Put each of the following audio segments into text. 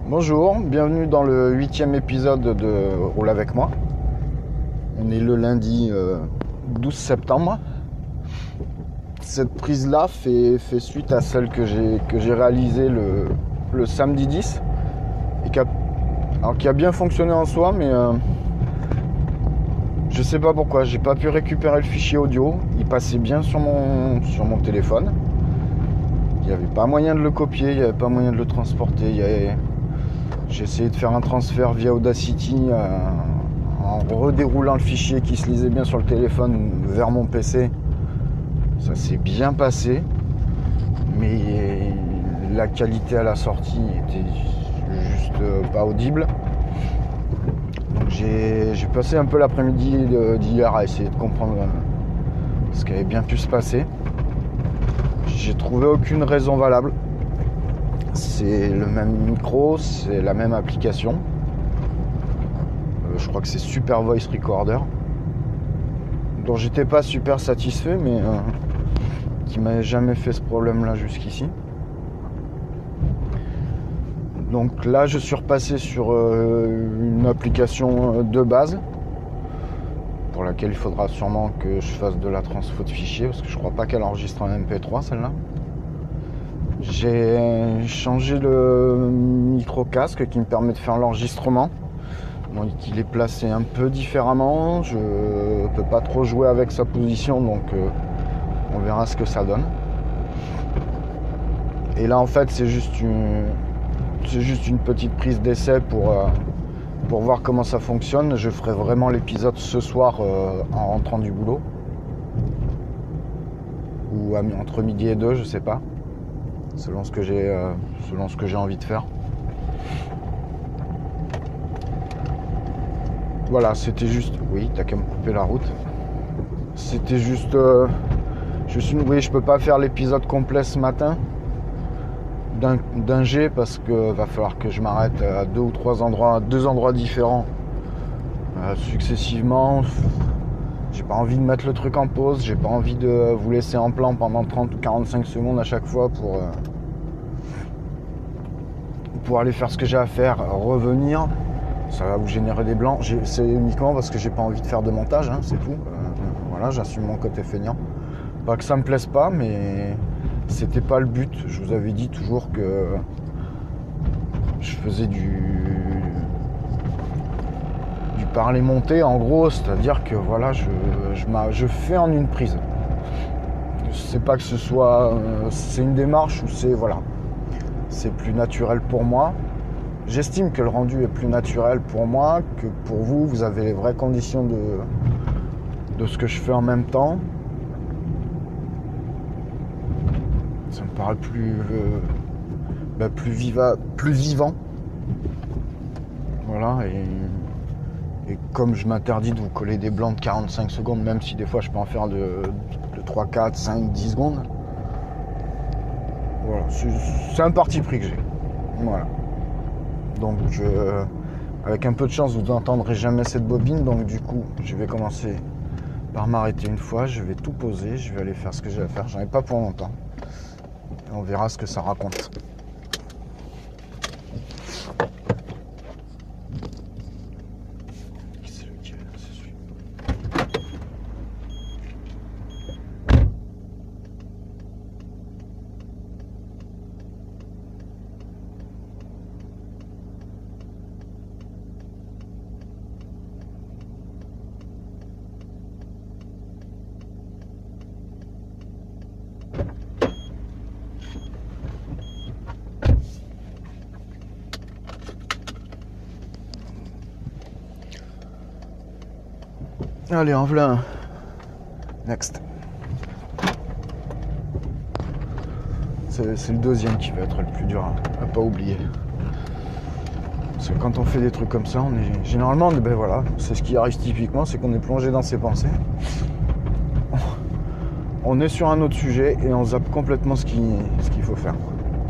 Bonjour, bienvenue dans le 8e épisode de Roule avec moi. On est le lundi 12 septembre. Cette prise-là fait suite à celle que j'ai réalisée le samedi 10 et qui a bien fonctionné en soi, mais je sais pas pourquoi, j'ai pas pu récupérer le fichier audio. Il passait bien sur mon téléphone. Il n'y avait pas moyen de le copier, il n'y avait pas moyen de le transporter. J'ai essayé de faire un transfert via Audacity en redéroulant le fichier qui se lisait bien sur le téléphone vers mon PC. Ça s'est bien passé, mais la qualité à la sortie était juste pas audible. Donc j'ai passé un peu l'après-midi d'hier à essayer de comprendre ce qui avait bien pu se passer. J'ai trouvé aucune raison valable. C'est le même micro, c'est la même application. Je crois que c'est Super Voice Recorder, dont j'étais pas super satisfait, mais qui m'avait jamais fait ce problème-là jusqu'ici. Donc là, je suis repassé sur une application de base, pour laquelle il faudra sûrement que je fasse de la transfo de fichiers, parce que je crois pas qu'elle enregistre en MP3 celle-là. J'ai changé le micro-casque qui me permet de faire l'enregistrement. Donc il est placé un peu différemment. Je peux pas trop jouer avec sa position, donc on verra ce que ça donne. Et là en fait c'est juste une petite prise d'essai pour voir comment ça fonctionne. Je ferai vraiment l'épisode ce soir en rentrant du boulot. Ou entre midi et 2, je sais pas. Selon ce que j'ai envie de faire. Voilà, c'était juste... Oui, t'as qu'à me couper la route. C'était juste... Oui, je peux pas faire l'épisode complet ce matin d'un G parce que va falloir que je m'arrête à deux endroits différents successivement. J'ai pas envie de mettre le truc en pause, j'ai pas envie de vous laisser en plan pendant 30 ou 45 secondes à chaque fois pour aller faire ce que j'ai à faire, revenir. Ça va vous générer des blancs. C'est uniquement parce que j'ai pas envie de faire de montage, c'est tout. Voilà, j'assume mon côté feignant. Pas que ça me plaise pas, mais c'était pas le but. Je vous avais dit toujours que je faisais du parler monté en gros, c'est-à-dire que voilà, je fais en une prise. Je sais pas que ce soit c'est une démarche ou c'est plus naturel pour moi. J'estime que le rendu est plus naturel pour moi, que pour vous, vous avez les vraies conditions de ce que je fais en même temps. Ça me paraît plus vivant. Voilà, et comme je m'interdis de vous coller des blancs de 45 secondes, même si des fois je peux en faire de 3, 4, 5, 10 secondes. Voilà, c'est un parti pris que j'ai. Voilà. Donc avec un peu de chance, vous n'entendrez jamais cette bobine. Donc du coup, je vais commencer par m'arrêter une fois. Je vais tout poser, je vais aller faire ce que j'ai à faire. J'en ai pas pour longtemps. Et on verra ce que ça raconte. Allez, en voilà. Next. C'est le deuxième qui va être le plus dur à pas oublier. Parce que quand on fait des trucs comme ça, on est généralement, voilà, c'est ce qui arrive typiquement, c'est qu'on est plongé dans ses pensées. On est sur un autre sujet et on zappe complètement ce qu'il faut faire.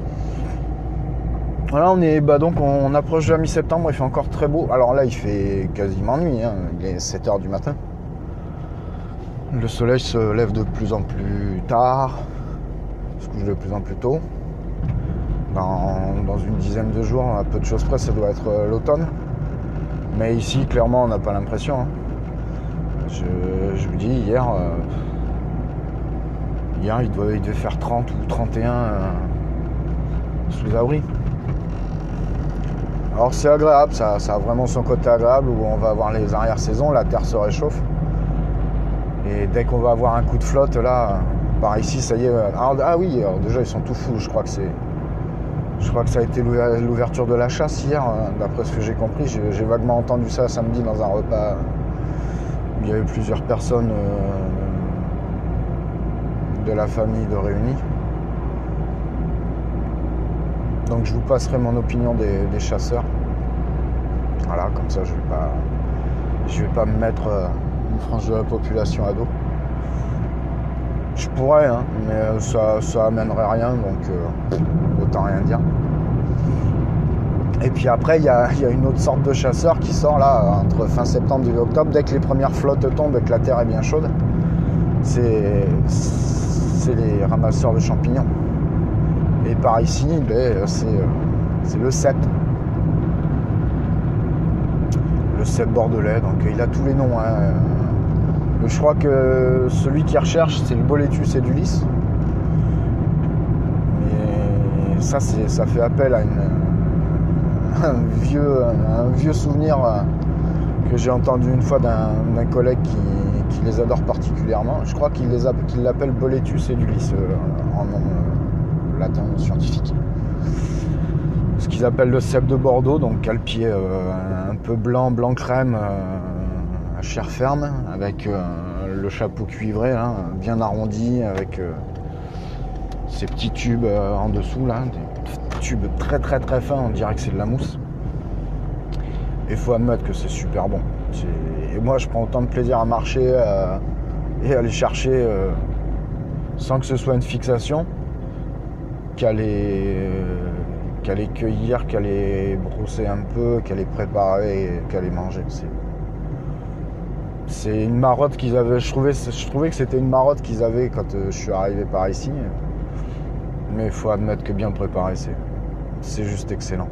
Voilà, on approche de la mi-septembre, il fait encore très beau. Alors là, il fait quasiment nuit, il est 7h du matin. Le soleil se lève de plus en plus tard, se couche de plus en plus tôt. Dans une dizaine de jours, à peu de choses près, ça doit être l'automne. Mais ici, clairement, on n'a pas l'impression. Hein. Je vous dis, hier, il devait faire 30 ou 31 sous abri. Alors c'est agréable, ça a vraiment son côté agréable où on va avoir les arrière-saisons, la terre se réchauffe. Et dès qu'on va avoir un coup de flotte, là, par ici, ça y est. Alors déjà, ils sont tout fous, je crois que ça a été l'ouverture de la chasse hier, d'après ce que j'ai compris. J'ai vaguement entendu ça samedi dans un repas où il y avait plusieurs personnes de la famille de réunis. Donc je vous passerai mon opinion des chasseurs. Voilà, comme ça je vais pas me mettre une frange de la population à dos. Je pourrais, hein, mais ça amènerait rien, donc autant rien dire. Et puis après, il y a une autre sorte de chasseur qui sort là, entre fin septembre et début octobre, dès que les premières flottes tombent et que la terre est bien chaude. C'est les ramasseurs de champignons. Et par ici, c'est le cep. Le cep bordelais, donc il a tous les noms. Hein. Je crois que celui qui recherche, c'est le Boletus edulis. Mais ça fait appel à un vieux souvenir que j'ai entendu une fois d'un collègue qui les adore particulièrement. Je crois qu'il l'appelle Boletus edulis en nom latin scientifique. Ce qu'ils appellent le cep de Bordeaux, donc à le pied un peu blanc crème, à chair ferme, avec le chapeau cuivré, hein, bien arrondi, avec ces petits tubes en dessous, là, des tubes très très très fins, on dirait que c'est de la mousse. Et il faut admettre que c'est super bon. Et moi, je prends autant de plaisir à marcher et à les chercher sans que ce soit une fixation, qu'à les cueillir, qu'à les brosser un peu, qu'à les préparer et qu'à les manger. C'est une marotte qu'ils avaient. Je trouvais que c'était une marotte qu'ils avaient quand je suis arrivé par ici. Mais il faut admettre que bien préparé, c'est juste excellent.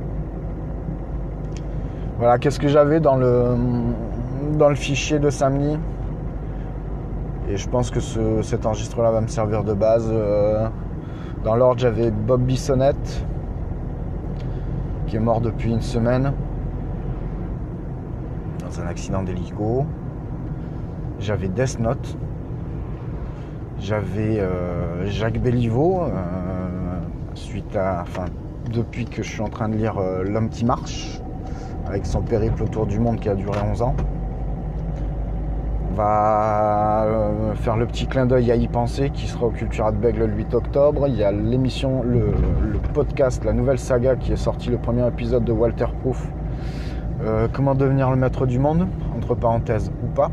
Voilà, qu'est-ce que j'avais dans le fichier de samedi. Et je pense que cet enregistrement-là va me servir de base. Dans l'ordre, j'avais Bob Bissonnette, qui est mort depuis une semaine dans un accident d'hélico. J'avais Death Note. J'avais Jacques Béliveau, depuis que je suis en train de lire L'homme qui marche, avec son périple autour du monde qui a duré 11 ans. On va faire le petit clin d'œil à Y penser, qui sera au Cultura de Bègle le 8 octobre. Il y a l'émission, le podcast, la nouvelle saga qui est sortie, le premier épisode de Walter Proof. Comment devenir le maître du monde, entre parenthèses ou pas.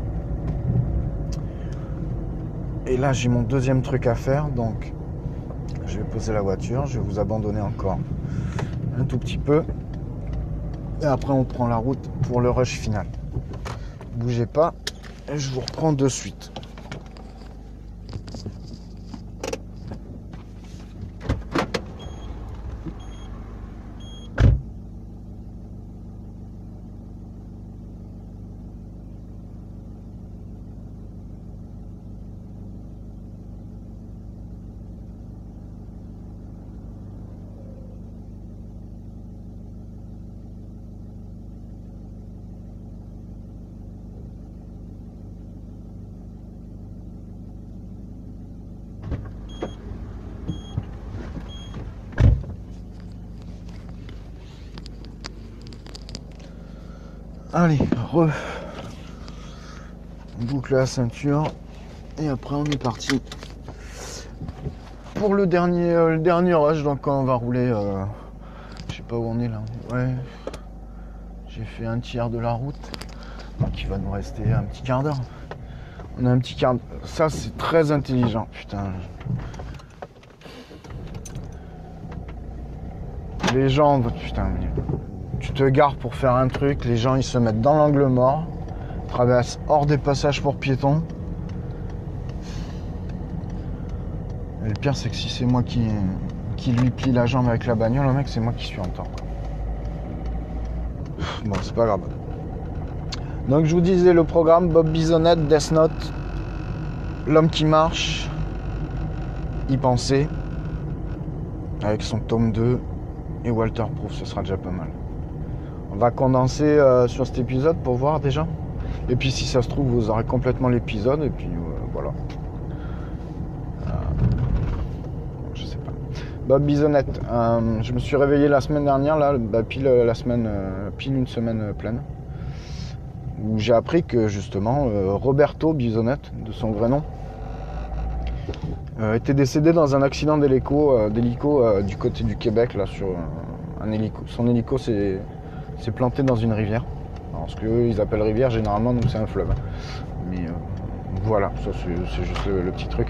Et là, j'ai mon deuxième truc à faire, donc je vais poser la voiture, je vais vous abandonner encore un tout petit peu. Et après, on prend la route pour le rush final. Bougez pas, et je vous reprends de suite. Allez, on boucle la ceinture et après on est parti pour le dernier rush. Donc quand on va rouler, je sais pas où on est là. Ouais, j'ai fait un tiers de la route, donc il va nous rester un petit quart d'heure. On a un petit quart d'heure. Ça c'est très intelligent, putain. Les gens, putain. Tu te gares pour faire un truc, les gens ils se mettent dans l'angle mort, traversent hors des passages pour piétons. Et le pire c'est que si c'est moi qui qui lui plie la jambe avec la bagnole. Le mec, c'est moi qui suis en temps. Bon, c'est pas grave. Donc je vous disais le programme: Bob Bissonnette, Death Note, L'homme qui marche, Y penser, avec son tome 2 et Walter Proof, ce sera déjà pas mal. On va condenser sur cet épisode pour voir déjà. Et puis si ça se trouve, vous aurez complètement l'épisode et puis voilà. Je sais pas. Bob Bissonnette, je me suis réveillé la semaine dernière, là, pile une semaine pleine, où j'ai appris que justement Roberto Bissonnette, de son vrai nom, était décédé dans un accident d'hélico du côté du Québec, là, sur un hélico. Son hélico s'est planté dans une rivière. Alors, ce qu'eux ils appellent rivière, généralement, nous c'est un fleuve. Mais voilà, ça c'est juste le petit truc.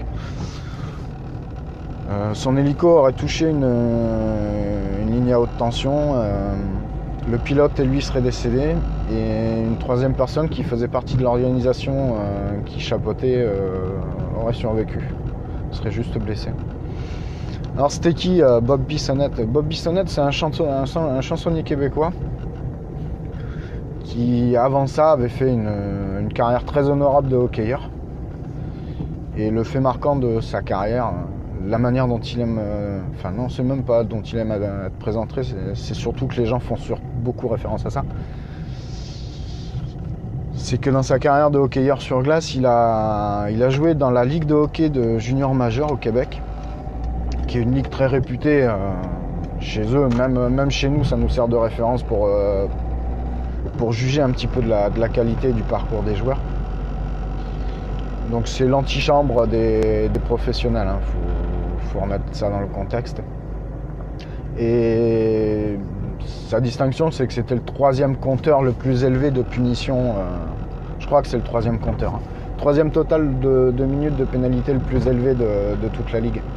Son hélico aurait touché une ligne à haute tension. Le pilote et lui seraient décédés. Et une troisième personne qui faisait partie de l'organisation qui chapeautait aurait survécu. Serait juste blessé. Alors c'était qui Bob Bissonnette? Bob Bissonnette, c'est un chansonnier québécois qui avant ça avait fait une carrière très honorable de hockeyeur. Et le fait marquant de sa carrière, la manière dont il aime, enfin non, c'est même pas dont il aime être présenté, c'est surtout que les gens font beaucoup référence à ça. C'est que dans sa carrière de hockeyeur sur glace, il a joué dans la ligue de hockey de junior majeur au Québec, qui est une ligue très réputée chez eux, même chez nous, ça nous sert de référence pour juger un petit peu de la qualité du parcours des joueurs. Donc c'est l'antichambre des professionnels, hein. Faut remettre ça dans le contexte. Et sa distinction, c'est que c'était le 3e compteur le plus élevé de punition. Je crois que c'est le 3e compteur. 3e total de minutes de pénalité le plus élevé de toute la ligue.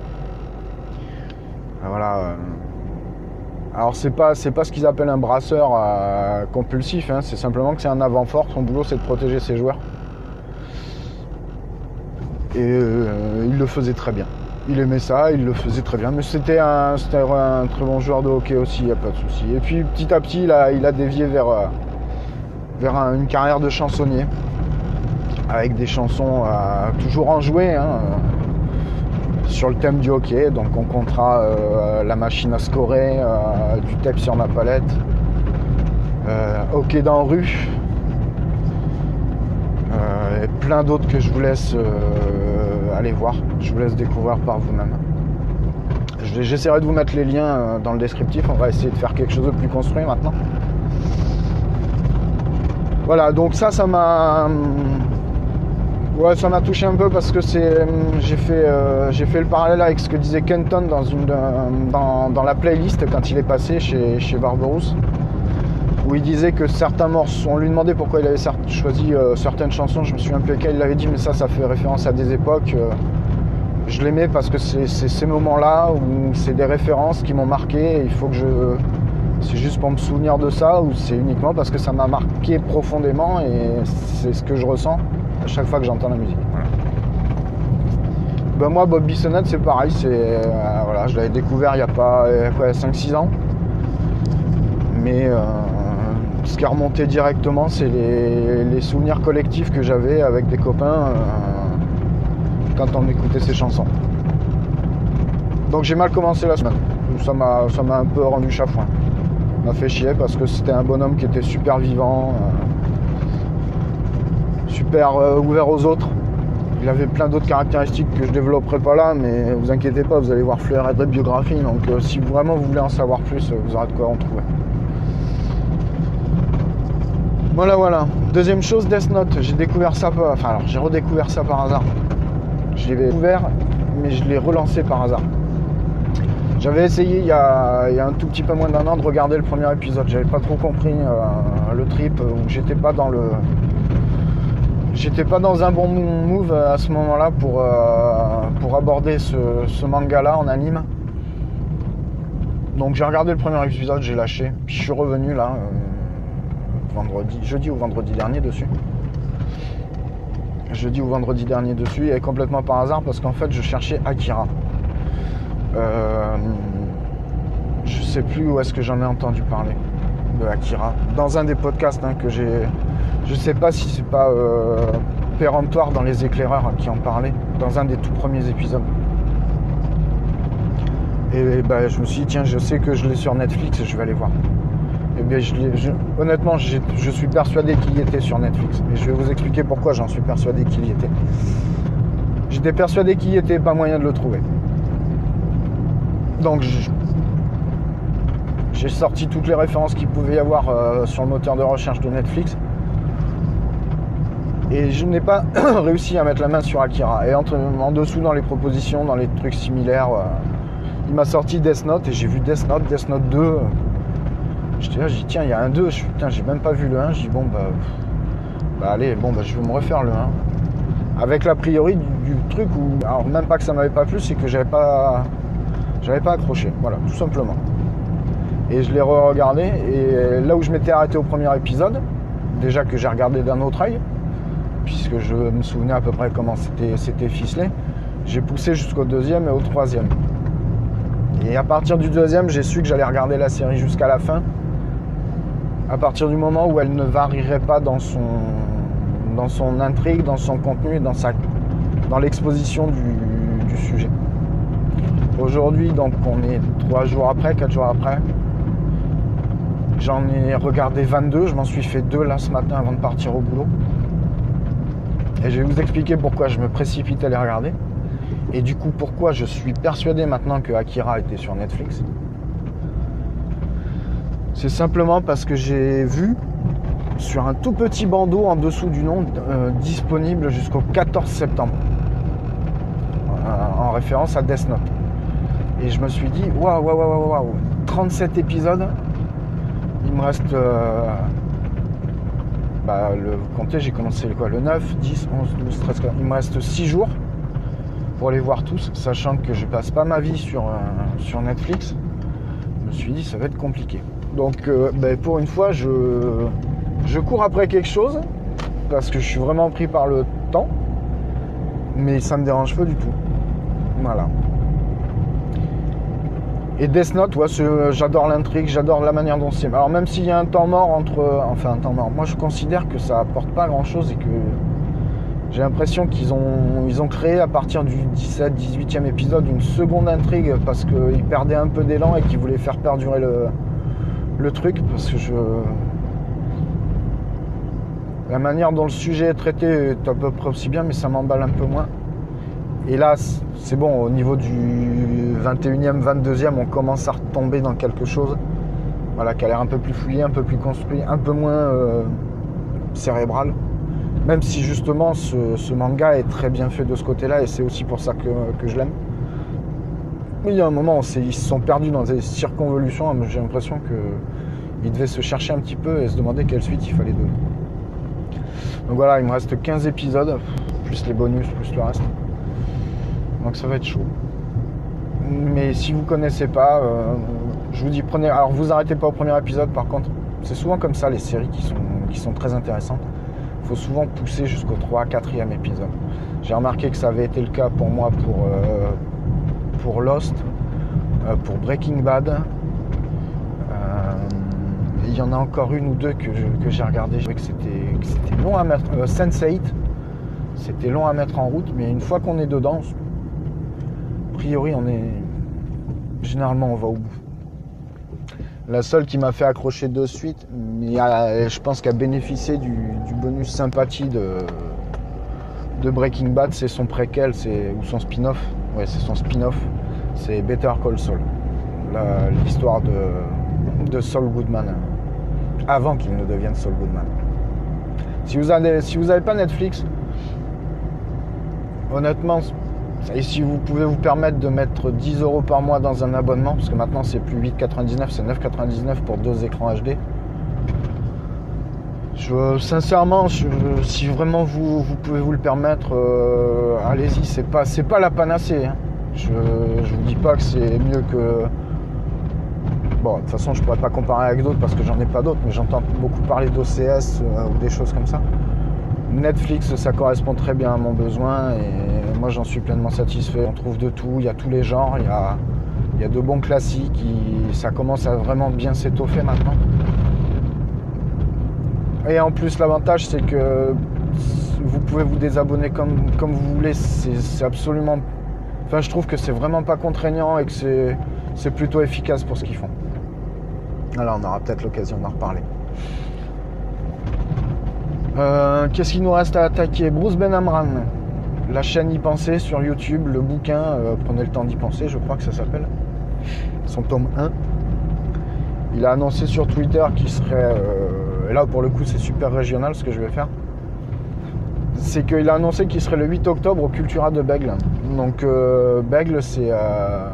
Voilà. Alors c'est pas ce qu'ils appellent un brasseur compulsif, hein. C'est simplement que c'est un avant-fort. Son boulot, c'est de protéger ses joueurs. Et il le faisait très bien. Il aimait ça, il le faisait très bien. Mais c'était un très bon joueur de hockey aussi, il n'y a pas de souci. Et puis petit à petit, il a dévié vers une carrière de chansonnier. Avec des chansons toujours enjouées, hein, sur le thème du hockey. Donc on comptera La machine à scorer, Du tape sur ma palette, Hockey dans rue. Et plein d'autres que je vous laisse aller voir, je vous laisse découvrir par vous-même. J'essaierai de vous mettre les liens dans le descriptif, on va essayer de faire quelque chose de plus construit maintenant. Voilà, donc ça m'a touché un peu parce que j'ai fait le parallèle avec ce que disait Kenton dans la playlist quand il est passé chez Barberousse, où il disait que certains morceaux, on lui demandait pourquoi il avait choisi certaines chansons, je me souviens plus lesquelles, il avait dit mais ça fait référence à des époques, je l'aimais parce que c'est ces moments-là où c'est des références qui m'ont marqué, et il faut que c'est juste pour me souvenir de ça, ou c'est uniquement parce que ça m'a marqué profondément et c'est ce que je ressens à chaque fois que j'entends la musique. Voilà. Ben moi, Bob Bissonnette, c'est pareil, voilà, je l'avais découvert il y a pas 5-6 ans, mais ce qui a remonté directement, c'est les souvenirs collectifs que j'avais avec des copains quand on écoutait ces chansons. Donc j'ai mal commencé la semaine. Ça m'a un peu rendu chafouin. Ça m'a fait chier parce que c'était un bonhomme qui était super vivant, super ouvert aux autres. Il avait plein d'autres caractéristiques que je développerai pas là, mais vous inquiétez pas, vous allez voir fleurir de biographie. Donc si vraiment vous voulez en savoir plus, vous aurez de quoi en trouver. Voilà. Deuxième chose, Death Note. J'ai découvert ça, j'ai redécouvert ça par hasard. Je l'avais découvert, mais je l'ai relancé par hasard. J'avais essayé il y a un tout petit peu moins d'1 an de regarder le premier épisode. J'avais pas trop compris le trip, où j'étais pas dans un bon move à ce moment-là pour aborder ce manga-là en anime. Donc j'ai regardé le premier épisode, j'ai lâché, puis je suis revenu là. Jeudi ou vendredi dernier dessus. Et complètement par hasard parce qu'en fait je cherchais Akira. Je sais plus où est-ce que j'en ai entendu parler de Akira. Dans un des podcasts que j'ai... Je sais pas si c'est pas Péremptoire dans Les Éclaireurs qui en parlait, dans un des tout premiers épisodes. Et je me suis dit, tiens, je sais que je l'ai sur Netflix et je vais aller voir. Et bien, honnêtement, je suis persuadé qu'il y était sur Netflix. Et je vais vous expliquer pourquoi j'en suis persuadé qu'il y était. J'étais persuadé qu'il y était, pas moyen de le trouver. Donc, j'ai sorti toutes les références qu'il pouvait y avoir sur le moteur de recherche de Netflix. Et je n'ai pas réussi à mettre la main sur Akira. Et en dessous, dans les propositions, dans les trucs similaires, il m'a sorti Death Note. Et j'ai vu Death Note 2. J'étais là, j'ai dit tiens, il y a un 2. Putain, j'ai même pas vu le 1. J'ai dit bon, allez, je vais me refaire le 1. Avec l'a priori du truc où... Alors, même pas que ça m'avait pas plu, c'est que j'avais pas accroché. Voilà, tout simplement. Et je l'ai re-regardé. Et là où je m'étais arrêté au premier épisode, déjà que j'ai regardé d'un autre œil, puisque je me souvenais à peu près comment c'était ficelé, j'ai poussé jusqu'au deuxième et au troisième. Et à partir du deuxième, j'ai su que j'allais regarder la série jusqu'à la fin, à partir du moment où elle ne varierait pas dans son intrigue, dans son contenu, dans l'exposition du sujet. Aujourd'hui, donc, on est 4 jours après, j'en ai regardé 22, je m'en suis fait 2 là ce matin avant de partir au boulot. Et je vais vous expliquer pourquoi je me précipite à les regarder. Et du coup, pourquoi je suis persuadé maintenant que Akira était sur Netflix. C'est simplement parce que j'ai vu sur un tout petit bandeau en dessous du nom disponible jusqu'au 14 septembre. En référence à Death Note. Et je me suis dit, waouh, 37 épisodes. Il me reste... comptez, j'ai commencé le 9, 10, 11, 12, 13, 14. Il me reste 6 jours pour les voir tous, sachant que je passe pas ma vie sur Netflix. Je me suis dit, ça va être compliqué. Donc, pour une fois, je cours après quelque chose, parce que je suis vraiment pris par le temps, mais ça me dérange pas du tout. Voilà. Et Death Note, j'adore l'intrigue, j'adore la manière dont c'est. Alors même s'il y a un temps mort un temps mort, moi je considère que ça apporte pas grand chose et que j'ai l'impression qu'ils ont créé à partir du 17, 18e épisode une seconde intrigue parce qu'ils perdaient un peu d'élan et qu'ils voulaient faire perdurer le truc, parce que la manière dont le sujet est traité est à peu près aussi bien, mais ça m'emballe un peu moins. Et là, c'est bon, au niveau du 21e, 22e, on commence à retomber dans quelque chose qui a l'air un peu plus fouillé, un peu plus construit, un peu moins cérébral. Même si justement ce manga est très bien fait de ce côté-là, et c'est aussi pour ça que je l'aime. Mais il y a un moment, ils se sont perdus dans des circonvolutions. J'ai l'impression qu'ils devaient se chercher un petit peu et se demander quelle suite il fallait donner. Donc voilà, il me reste 15 épisodes, plus les bonus, plus le reste. Donc ça va être chaud. Mais si vous connaissez pas, je vous dis prenez. Alors vous arrêtez pas au premier épisode par contre. C'est souvent comme ça les séries qui sont très intéressantes. Il faut souvent pousser jusqu'au 3, 4e épisode. J'ai remarqué que ça avait été le cas pour moi pour Lost, pour Breaking Bad. Il y en a encore une ou deux que j'ai regardé. Je trouvais que c'était long à mettre. Sense8, c'était long à mettre en route, mais une fois qu'on est dedans, a priori, généralement, on va au bout. La seule qui m'a fait accrocher de suite, mais je pense qu'elle a bénéficié du bonus sympathie de Breaking Bad, c'est son préquel, ou son spin-off. Ouais, c'est son spin-off. C'est Better Call Saul. L'histoire de Saul Goodman, avant qu'il ne devienne Saul Goodman. Si vous avez pas Netflix, honnêtement, et si vous pouvez vous permettre de mettre 10 € par mois dans un abonnement, parce que maintenant c'est plus 8,99, c'est 9,99 pour 2 écrans HD. Sincèrement, si vraiment vous pouvez vous le permettre, allez-y, c'est pas la panacée. Hein. Je vous dis pas que c'est mieux que... Bon, de toute façon, je pourrais pas comparer avec d'autres parce que j'en ai pas d'autres, mais j'entends beaucoup parler d'OCS ou des choses comme ça. Netflix, ça correspond très bien à mon besoin et moi j'en suis pleinement satisfait. On trouve de tout, il y a tous les genres, il y a Il y a de bons classiques, ça commence à vraiment bien s'étoffer maintenant. Et en plus, l'avantage, c'est que vous pouvez vous désabonner comme vous voulez. C'est absolument... Enfin, je trouve que c'est vraiment pas contraignant et que c'est plutôt efficace pour ce qu'ils font. Alors, on aura peut-être l'occasion d'en reparler. Qu'est-ce qu'il nous reste à attaquer? Bruce Ben Amran, la chaîne Y Penser sur YouTube, le bouquin, prenez le temps d'y penser, je crois que ça s'appelle, son tome 1. Il a annoncé sur Twitter qu'il serait, et là pour le coup c'est super régional ce que je vais faire, c'est qu'il a annoncé qu'il serait le 8 octobre au Cultura de Bègle. Donc Bègle c'est à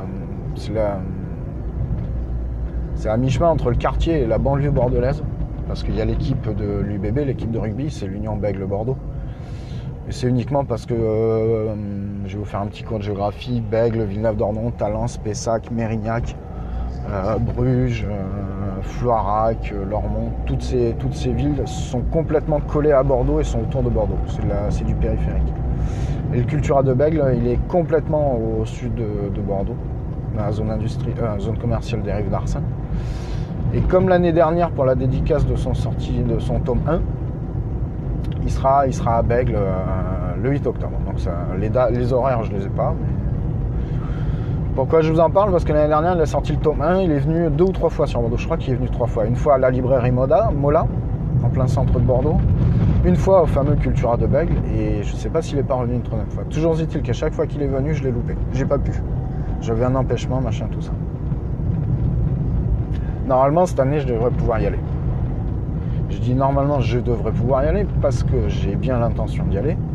mi-chemin entre le quartier et la banlieue bordelaise. Parce qu'il y a l'équipe de l'UBB, l'équipe de rugby, c'est l'Union Bègle-Bordeaux. Et c'est uniquement parce que je vais vous faire un petit cours de géographie. Bègle, Villeneuve-d'Ornon, Talence, Pessac, Mérignac, Bruges, Floirac, Lormont. Toutes ces villes sont complètement collées à Bordeaux et sont autour de Bordeaux. C'est du périphérique. Et le Cultura de Bègle, il est complètement au sud de Bordeaux, dans la zone commerciale des Rives d'Arcin. Et comme l'année dernière pour la dédicace de son tome 1, il sera à Bègle le 8 octobre. Donc ça, les horaires, je ne les ai pas. Mais... Pourquoi je vous en parle? Parce que l'année dernière, il a sorti le tome 1, il est venu 2 ou 3 fois sur Bordeaux. Je crois qu'il est venu 3 fois. Une fois à la librairie Mola, en plein centre de Bordeaux. Une fois au fameux Cultura de Bègle. Et je ne sais pas s'il n'est pas revenu une troisième fois. Toujours est-il qu'à chaque fois qu'il est venu, je l'ai loupé. J'ai pas pu. J'avais un empêchement, machin, tout ça. Normalement, cette année, je devrais pouvoir y aller. Je dis normalement, je devrais pouvoir y aller parce que j'ai bien l'intention d'y aller.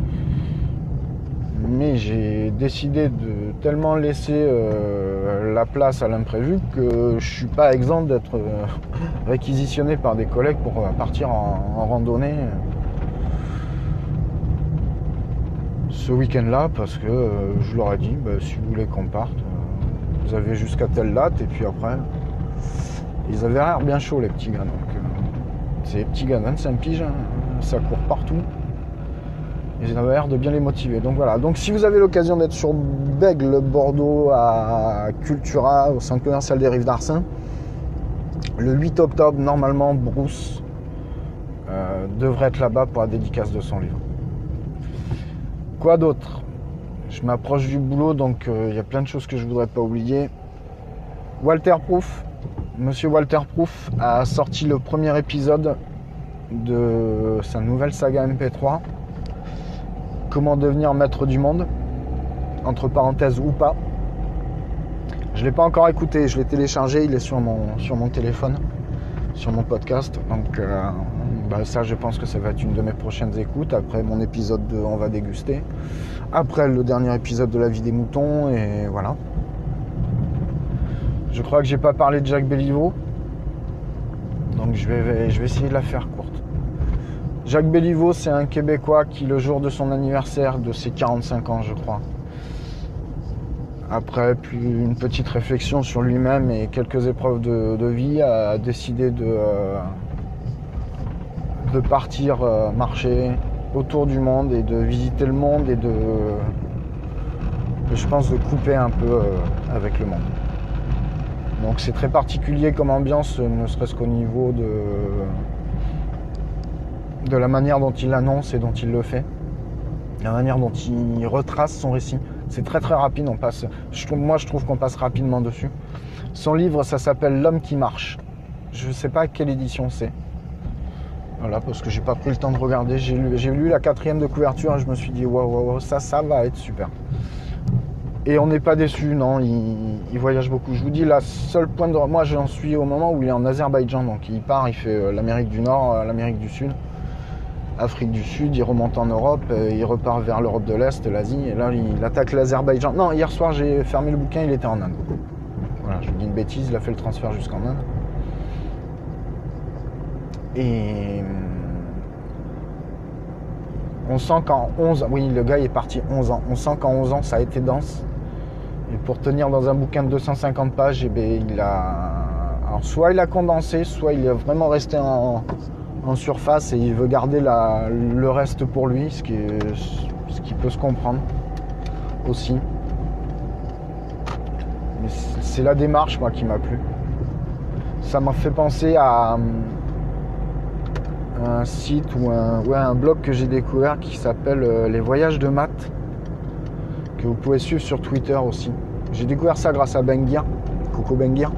Mais j'ai décidé de tellement laisser la place à l'imprévu que je suis pas exempt d'être réquisitionné par des collègues pour partir en randonnée ce week-end-là parce que je leur ai dit, si vous voulez qu'on parte, vous avez jusqu'à telle date et puis après... Ils avaient l'air bien chauds les petits gars, donc c'est les petits gars de 25 piges, hein, ça court partout. Ils avaient l'air de bien les motiver. Donc voilà, donc si vous avez l'occasion d'être sur Bègle, Bordeaux, à Cultura, au centre commercial des Rives d'Arcin, le 8 octobre, normalement, Bruce devrait être là-bas pour la dédicace de son livre. Quoi d'autre? Je m'approche du boulot, donc il y a plein de choses que je voudrais pas oublier. Walter Proof. Monsieur Walter Proof a sorti le premier épisode de sa nouvelle saga MP3, Comment devenir maître du monde, entre parenthèses ou pas. Je ne l'ai pas encore écouté, je l'ai téléchargé, il est sur mon téléphone, sur mon podcast. Donc ça, je pense que ça va être une de mes prochaines écoutes, après mon épisode de On va déguster, après le dernier épisode de La vie des moutons, et voilà. Je crois que j'ai pas parlé de Jacques Béliveau, donc je vais essayer de la faire courte. Jacques Béliveau, c'est un Québécois qui, le jour de son anniversaire, de ses 45 ans, je crois, après une petite réflexion sur lui-même et quelques épreuves de vie, a décidé de partir marcher autour du monde et de visiter le monde et je pense de couper un peu avec le monde. Donc c'est très particulier comme ambiance, ne serait-ce qu'au niveau de la manière dont il annonce et dont il le fait, la manière dont il retrace son récit. C'est très très rapide, je trouve qu'on passe rapidement dessus. Son livre, ça s'appelle L'homme qui marche. Je ne sais pas quelle édition c'est. Voilà, parce que j'ai pas pris le temps de regarder. J'ai lu la 4e de couverture et je me suis dit waouh, ça va être super. Et on n'est pas déçu, non, il voyage beaucoup. Je vous dis, la seule pointe de... Moi, j'en suis au moment où il est en Azerbaïdjan. Donc, il part, il fait l'Amérique du Nord, l'Amérique du Sud, Afrique du Sud, il remonte en Europe, il repart vers l'Europe de l'Est, l'Asie, et là, il attaque l'Azerbaïdjan. Non, hier soir, j'ai fermé le bouquin, il était en Inde. Voilà, je vous dis une bêtise, il a fait le transfert jusqu'en Inde. Et... on sent qu'en 11 ans... Oui, le gars, il est parti 11 ans. On sent qu'en 11 ans, ça a été dense. Et pour tenir dans un bouquin de 250 pages, il a... Alors, soit il a condensé, soit il est vraiment resté en surface et il veut garder le reste pour lui, ce qui peut se comprendre aussi. Mais c'est la démarche, moi, qui m'a plu. Ça m'a fait penser à un site ou un blog que j'ai découvert qui s'appelle Les Voyages de Matt, que vous pouvez suivre sur Twitter aussi. J'ai découvert ça grâce à Benguir, Coco Benguir.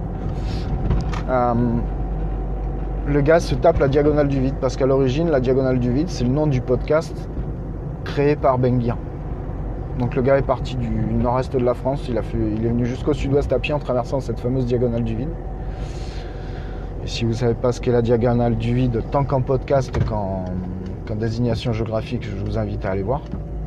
Le gars se tape la diagonale du vide, parce qu'à l'origine, la diagonale du vide, c'est le nom du podcast créé par Benguir. Donc le gars est parti du nord-est de la France, il est venu jusqu'au sud-ouest à pied en traversant cette fameuse diagonale du vide. Et si vous ne savez pas ce qu'est la diagonale du vide, tant qu'en podcast qu'en désignation géographique, je vous invite à aller voir.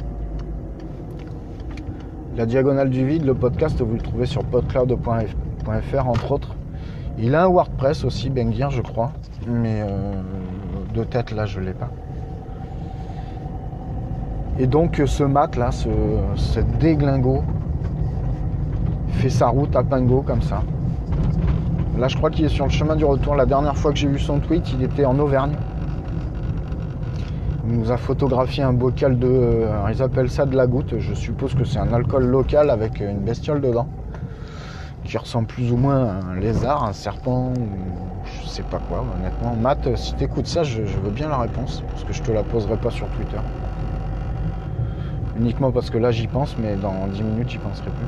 La diagonale du vide, le podcast, vous le trouvez sur podcloud.fr entre autres. Il a un WordPress aussi, Benguir, je crois, mais de tête là, je ne l'ai pas. Et donc ce Matt là, ce déglingo, fait sa route à Pingo comme ça. Là, je crois qu'il est sur le chemin du retour. La dernière fois que j'ai vu son tweet, il était en Auvergne. Il nous a photographié un bocal de... ils appellent ça de la goutte. Je suppose que c'est un alcool local avec une bestiole dedans, qui ressemble plus ou moins à un lézard, un serpent, ou je sais pas quoi, honnêtement. Matt, si t'écoutes ça, je veux bien la réponse, parce que je te la poserai pas sur Twitter. Uniquement parce que là, j'y pense, mais dans 10 minutes, j'y penserai plus.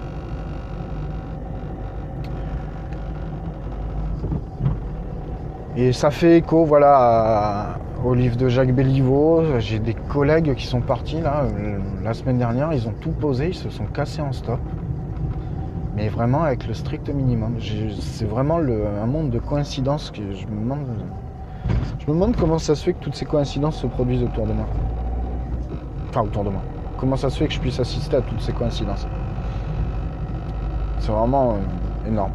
Et ça fait écho, voilà, au livre de Jacques Béliveau. J'ai des collègues qui sont partis là la semaine dernière, ils ont tout posé, ils se sont cassés en stop. Mais vraiment avec le strict minimum. C'est vraiment un monde de coïncidences que je me demande comment ça se fait que toutes ces coïncidences se produisent autour de moi. Enfin, autour de moi. Comment ça se fait que je puisse assister à toutes ces coïncidences. C'est vraiment énorme.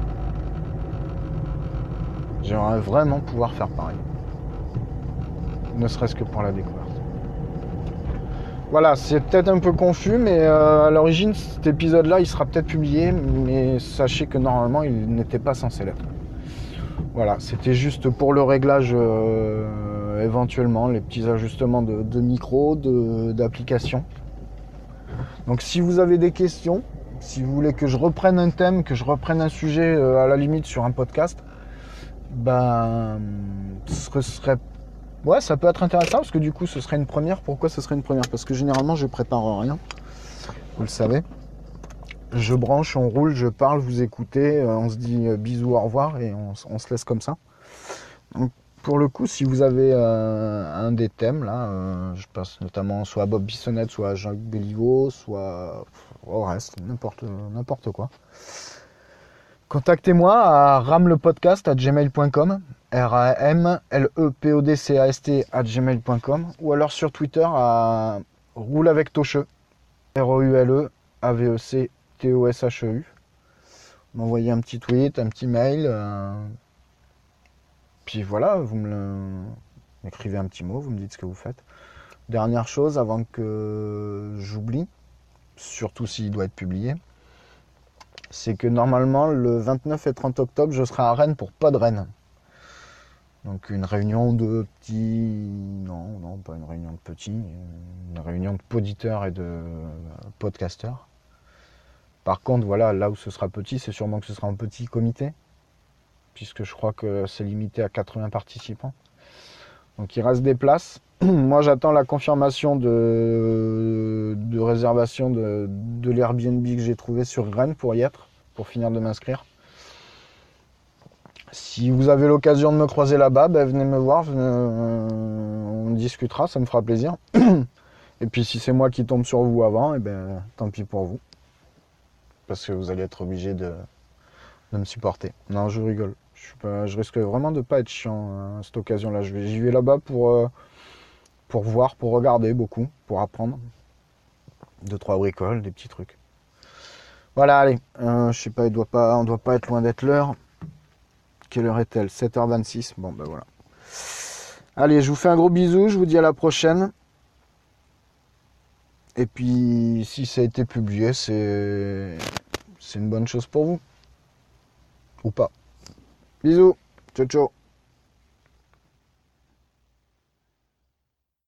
J'aimerais vraiment pouvoir faire pareil. Ne serait-ce que pour la découverte. Voilà, c'est peut-être un peu confus, mais à l'origine, cet épisode-là, il sera peut-être publié, mais sachez que normalement, il n'était pas censé l'être. Voilà, c'était juste pour le réglage, éventuellement, les petits ajustements de micro, d'application. Donc si vous avez des questions, si vous voulez que je reprenne un thème, que je reprenne un sujet à la limite sur un podcast, ce serait... Ouais, ça peut être intéressant parce que du coup, ce serait une première. Pourquoi ce serait une première? Parce que généralement, je prépare rien. Vous le savez. Je branche, on roule, je parle, vous écoutez, on se dit bisous, au revoir et on se laisse comme ça. Donc, pour le coup, si vous avez un des thèmes, là, je passe notamment soit à Bob Bissonnette, soit à Jacques Béliveau, soit au reste, n'importe quoi. Contactez-moi à ramlepodcast@gmail.com, ramlepodcast@gmail.com, ou alors sur Twitter à rouleavectocheux, ROULEAVECTOSHEU. M'envoyez un petit tweet, un petit mail, puis voilà, vous m'écrivez un petit mot, vous me dites ce que vous faites. Dernière chose avant que j'oublie, surtout s'il doit être publié, c'est que normalement, le 29 et 30 octobre, je serai à Rennes pour Podrennes. Donc une réunion de petits... Non, pas une réunion de petits, une réunion de poditeurs et de podcasteurs. Par contre, voilà, là où ce sera petit, c'est sûrement que ce sera un petit comité, puisque je crois que c'est limité à 80 participants. Donc il reste des places. Moi, j'attends la confirmation de réservation de l'Airbnb que j'ai trouvé sur Rennes pour y être, pour finir de m'inscrire. Si vous avez l'occasion de me croiser là-bas, venez me voir, on discutera, ça me fera plaisir. Et puis si c'est moi qui tombe sur vous avant, tant pis pour vous. Parce que vous allez être obligé de me supporter. Non, je rigole. Je risque vraiment de ne pas être chiant à cette occasion-là. J'y vais là-bas pour voir, pour regarder beaucoup, pour apprendre. 2-3 bricoles, des petits trucs. Voilà, allez. Je sais pas, on doit pas être loin d'être l'heure. Quelle heure est-elle? 7h26. Bon, voilà. Allez, je vous fais un gros bisou. Je vous dis à la prochaine. Et puis, si ça a été publié, c'est une bonne chose pour vous. Ou pas. Bisous. Ciao, ciao.